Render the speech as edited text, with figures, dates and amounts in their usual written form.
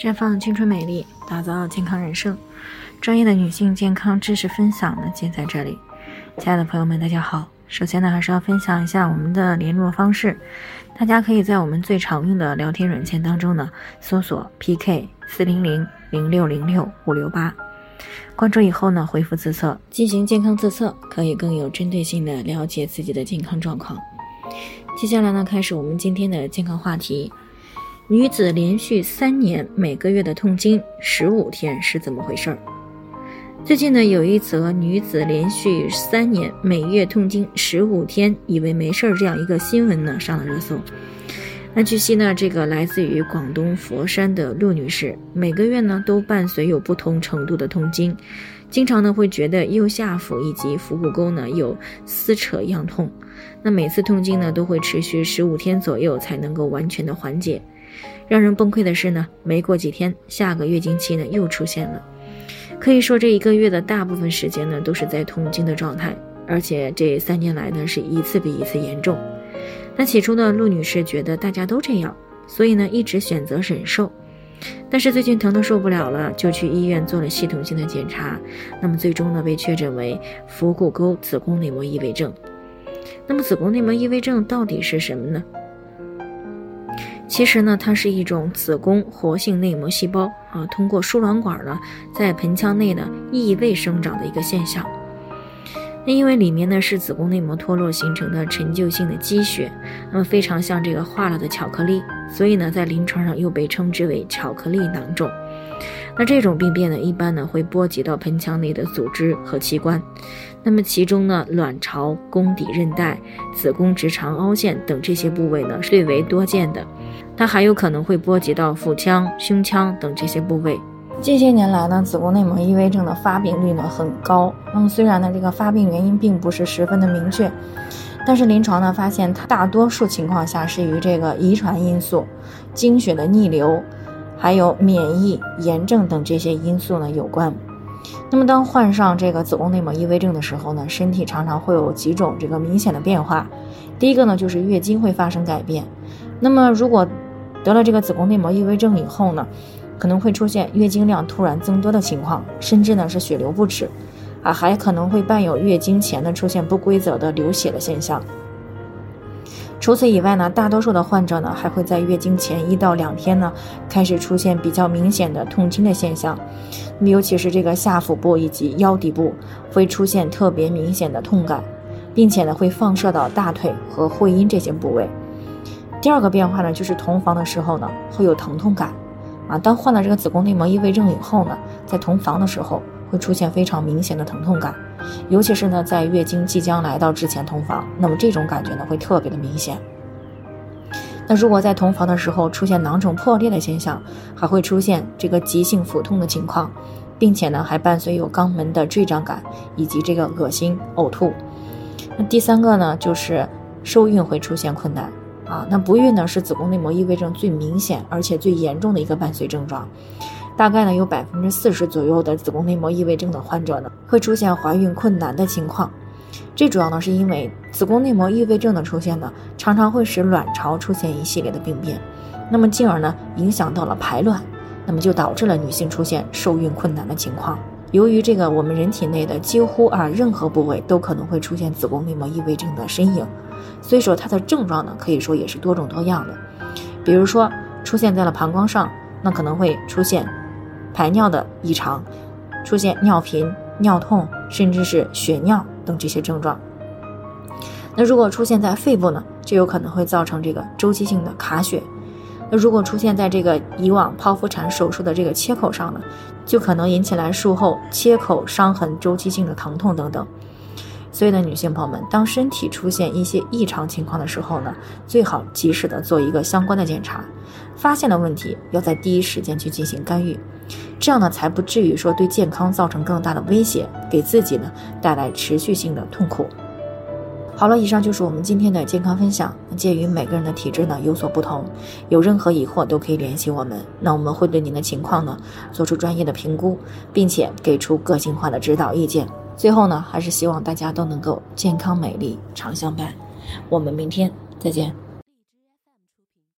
绽放青春美丽，打造健康人生。专业的女性健康知识分享呢，尽在这里。亲爱的朋友们，大家好。首先呢，还是要分享一下我们的联络方式。大家可以在我们最常用的聊天软件当中呢，搜索 PK4000606-568，关注以后呢，回复自测，进行健康自测，可以更有针对性的了解自己的健康状况。接下来呢，开始我们今天的健康话题。女子连续3年每个月的痛经15天是怎么回事？最近呢，有一则女子连续3年每月痛经15天以为没事这样一个新闻呢上了热搜。那据悉呢，这个来自于广东佛山的陆女士，每个月呢都伴随有不同程度的痛经，经常呢会觉得右下腹以及腹股沟呢有撕扯样痛。那每次痛经呢都会持续15天左右才能够完全的缓解。让人崩溃的是呢，没过几天，下个月经期呢又出现了。可以说这1个月的大部分时间呢都是在痛经的状态，而且这3年来呢是一次比一次严重。那起初呢，陆女士觉得大家都这样，所以呢一直选择忍受。但是最近疼得受不了了，就去医院做了系统性的检查，那么最终呢被确诊为腹股沟子宫内膜异位症。那么子宫内膜异位症到底是什么呢？其实呢，它是一种子宫活性内膜细胞通过输卵管呢，在盆腔内呢异位生长的一个现象。那因为里面呢是子宫内膜脱落形成的陈旧性的积血，那么非常像这个化了的巧克力，所以呢在临床上又被称之为巧克力囊肿。那这种病变呢，一般呢会波及到盆腔内的组织和器官。那么其中呢，卵巢、宫底韧带、子宫直肠凹陷等这些部位呢是最为多见的。它还有可能会波及到腹腔、胸腔等这些部位。近些年来呢，子宫内膜异位症的发病率呢很高。那么虽然呢这个发病原因并不是十分的明确，但是临床呢发现它大多数情况下是与这个遗传因素、经血的逆流，还有免疫、炎症等这些因素呢有关。那么当患上这个子宫内膜异位症的时候呢，身体常常会有几种这个明显的变化。第一个呢就是月经会发生改变。那么如果得了这个子宫内膜异位症以后呢，可能会出现月经量突然增多的情况，甚至呢是血流不止还可能会伴有月经前呢出现不规则的流血的现象。除此以外呢，大多数的患者呢还会在月经前1到2天呢开始出现比较明显的痛经的现象，尤其是这个下腹部以及腰底部会出现特别明显的痛感，并且呢会放射到大腿和会阴这些部位。第二个变化呢就是同房的时候呢会有疼痛感当患了这个子宫内膜异位症以后呢，在同房的时候会出现非常明显的疼痛感，尤其是呢在月经即将来到之前同房，那么这种感觉呢会特别的明显。那如果在同房的时候出现囊肿破裂的现象，还会出现这个急性腹痛的情况，并且呢还伴随有肛门的坠胀感以及这个恶心呕吐。那第三个呢就是受孕会出现困难那不孕呢是子宫内膜异位症最明显而且最严重的一个伴随症状。大概呢有40%左右的子宫内膜异位症的患者呢会出现怀孕困难的情况。这主要呢是因为子宫内膜异位症的出现呢，常常会使卵巢出现一系列的病变，那么进而呢影响到了排卵，那么就导致了女性出现受孕困难的情况。由于这个我们人体内的几乎任何部位都可能会出现子宫内膜异位症的身影，所以说它的症状呢可以说也是多种多样的。比如说出现在了膀胱上，那可能会出现排尿的异常，出现尿频、尿痛，甚至是血尿等这些症状。那如果出现在肺部呢，就有可能会造成这个周期性的卡血。那如果出现在这个以往剖腹产手术的这个切口上呢，就可能引起来术后切口伤痕周期性的疼痛等等。所以呢，女性朋友们，当身体出现一些异常情况的时候呢，最好及时的做一个相关的检查，发现了问题要在第一时间去进行干预，这样呢才不至于说对健康造成更大的威胁，给自己呢带来持续性的痛苦。好了，以上就是我们今天的健康分享。鉴于每个人的体质呢有所不同，有任何疑惑都可以联系我们，那我们会对您的情况呢做出专业的评估，并且给出个性化的指导意见。最后呢，还是希望大家都能够健康美丽常相伴。我们明天再见。